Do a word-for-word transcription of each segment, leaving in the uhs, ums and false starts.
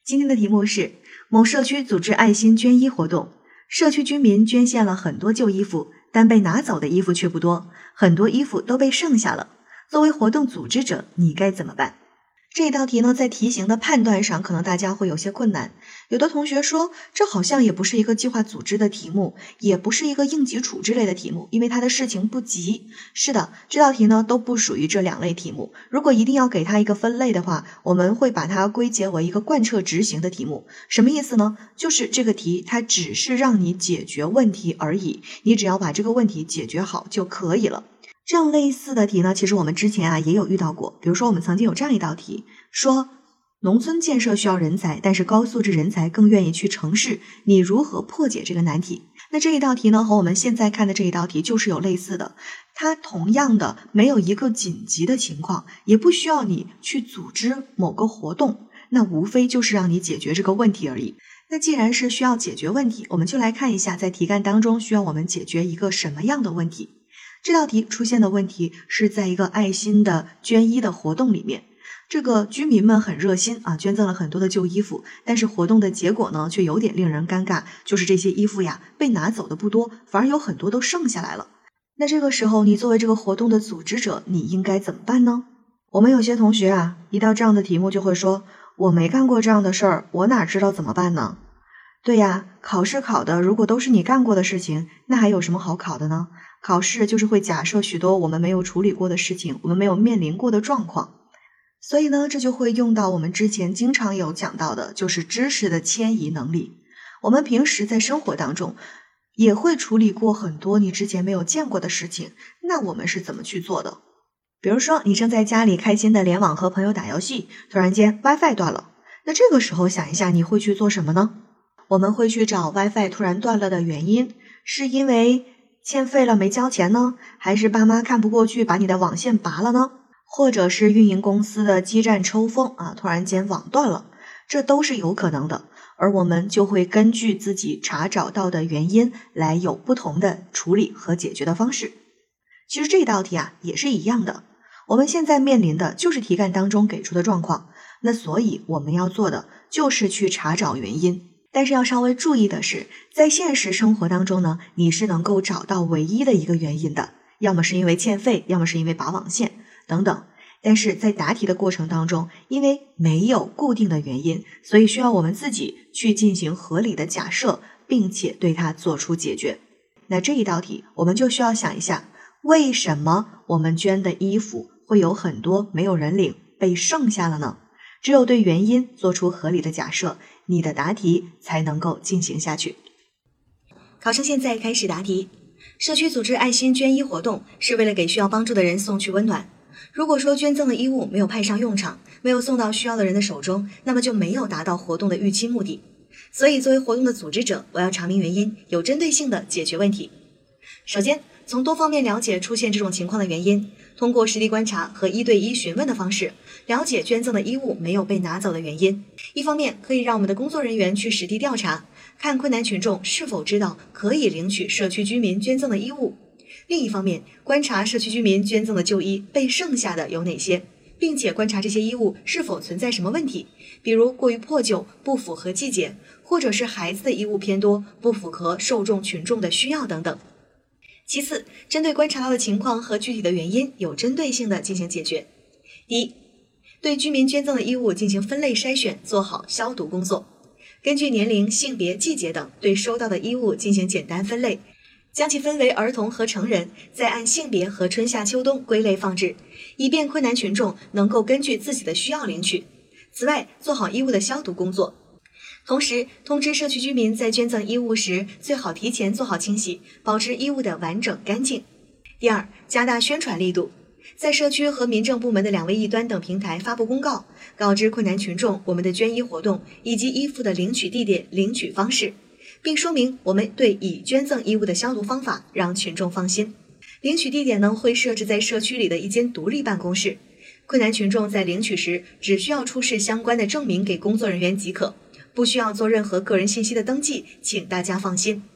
今天的题目是某社区组织爱心捐衣活动，社区居民捐献了很多旧衣服，但被拿走的衣服却不多，很多衣服都被剩下了。作为活动组织者，你该怎么办？这一道题呢，在题型的判断上，可能大家会有些困难。有的同学说，这好像也不是一个计划组织的题目，也不是一个应急处置类的题目，因为它的事情不急。是的，这道题呢都不属于这两类题目。如果一定要给它一个分类的话，我们会把它归结为一个贯彻执行的题目。什么意思呢？就是这个题它只是让你解决问题而已，你只要把这个问题解决好就可以了。这样类似的题呢，其实我们之前啊也有遇到过。比如说我们曾经有这样一道题，说农村建设需要人才，但是高素质人才更愿意去城市，你如何破解这个难题？那这一道题呢，和我们现在看的这一道题就是有类似的，它同样的没有一个紧急的情况，也不需要你去组织某个活动，那无非就是让你解决这个问题而已。那既然是需要解决问题，我们就来看一下在题干当中需要我们解决一个什么样的问题。这道题出现的问题是在一个爱心的捐衣的活动里面，这个居民们很热心啊，捐赠了很多的旧衣服，但是活动的结果呢，却有点令人尴尬，就是这些衣服呀被拿走的不多，反而有很多都剩下来了。那这个时候，你作为这个活动的组织者，你应该怎么办呢？我们有些同学啊，一到这样的题目就会说，我没干过这样的事儿，我哪知道怎么办呢？对呀，考试考的如果都是你干过的事情，那还有什么好考的呢？考试就是会假设许多我们没有处理过的事情，我们没有面临过的状况。所以呢，这就会用到我们之前经常有讲到的，就是知识的迁移能力。我们平时在生活当中也会处理过很多你之前没有见过的事情，那我们是怎么去做的？比如说你正在家里开心的联网和朋友打游戏，突然间 WiFi 断了，那这个时候想一下你会去做什么呢？我们会去找 WiFi 突然断了的原因，是因为欠费了没交钱呢？还是爸妈看不过去把你的网线拔了呢？或者是运营公司的基站抽风啊，突然间网断了，这都是有可能的。而我们就会根据自己查找到的原因来有不同的处理和解决的方式。其实这道题啊也是一样的，我们现在面临的就是题干当中给出的状况，那所以我们要做的就是去查找原因。但是要稍微注意的是，在现实生活当中呢，你是能够找到唯一的一个原因的，要么是因为欠费，要么是因为拔网线等等。但是在答题的过程当中，因为没有固定的原因，所以需要我们自己去进行合理的假设，并且对它做出解决。那这一道题我们就需要想一下，为什么我们捐的衣服会有很多没有人领，被剩下了呢？只有对原因做出合理的假设，你的答题才能够进行下去。考生现在开始答题。社区组织爱心捐衣活动是为了给需要帮助的人送去温暖。如果说捐赠的衣物没有派上用场，没有送到需要的人的手中，那么就没有达到活动的预期目的。所以作为活动的组织者，我要查明原因，有针对性的解决问题。首先，从多方面了解出现这种情况的原因，通过实地观察和一对一询问的方式，了解捐赠的衣物没有被拿走的原因。一方面可以让我们的工作人员去实地调查，看困难群众是否知道可以领取社区居民捐赠的衣物；另一方面，观察社区居民捐赠的旧衣被剩下的有哪些，并且观察这些衣物是否存在什么问题，比如过于破旧、不符合季节，或者是孩子的衣物偏多，不符合受众群众的需要等等。其次，针对观察到的情况和具体的原因，有针对性的进行解决。第一，对居民捐赠的衣物进行分类筛选，做好消毒工作。根据年龄、性别、季节等，对收到的衣物进行简单分类，将其分为儿童和成人，再按性别和春夏秋冬归类放置，以便困难群众能够根据自己的需要领取。此外，做好衣物的消毒工作。同时，通知社区居民在捐赠衣物时，最好提前做好清洗，保持衣物的完整干净。第二，加大宣传力度，在社区和民政部门的两位一端等平台发布公告，告知困难群众我们的捐衣活动以及衣服的领取地点、领取方式，并说明我们对已捐赠衣物的消毒方法，让群众放心。领取地点呢，会设置在社区里的一间独立办公室，困难群众在领取时只需要出示相关的证明给工作人员即可，不需要做任何个人信息的登记，请大家放心。另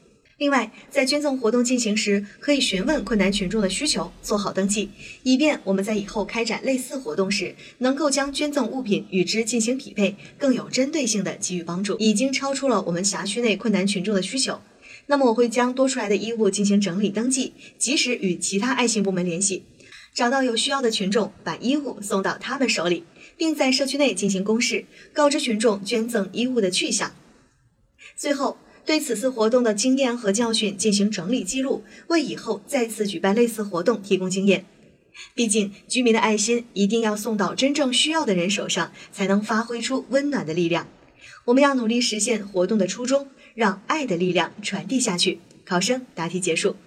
另外，在捐赠活动进行时，可以询问困难群众的需求，做好登记，以便我们在以后开展类似活动时，能够将捐赠物品与之进行匹配，更有针对性地给予帮助。已经超出了我们辖区内困难群众的需求，那么我会将多出来的衣物进行整理登记，及时与其他爱心部门联系，找到有需要的群众，把衣物送到他们手里，并在社区内进行公示，告知群众捐赠衣物的去向。最后，对此次活动的经验和教训进行整理记录，为以后再次举办类似活动提供经验。毕竟，居民的爱心一定要送到真正需要的人手上，才能发挥出温暖的力量。我们要努力实现活动的初衷，让爱的力量传递下去。考生答题结束。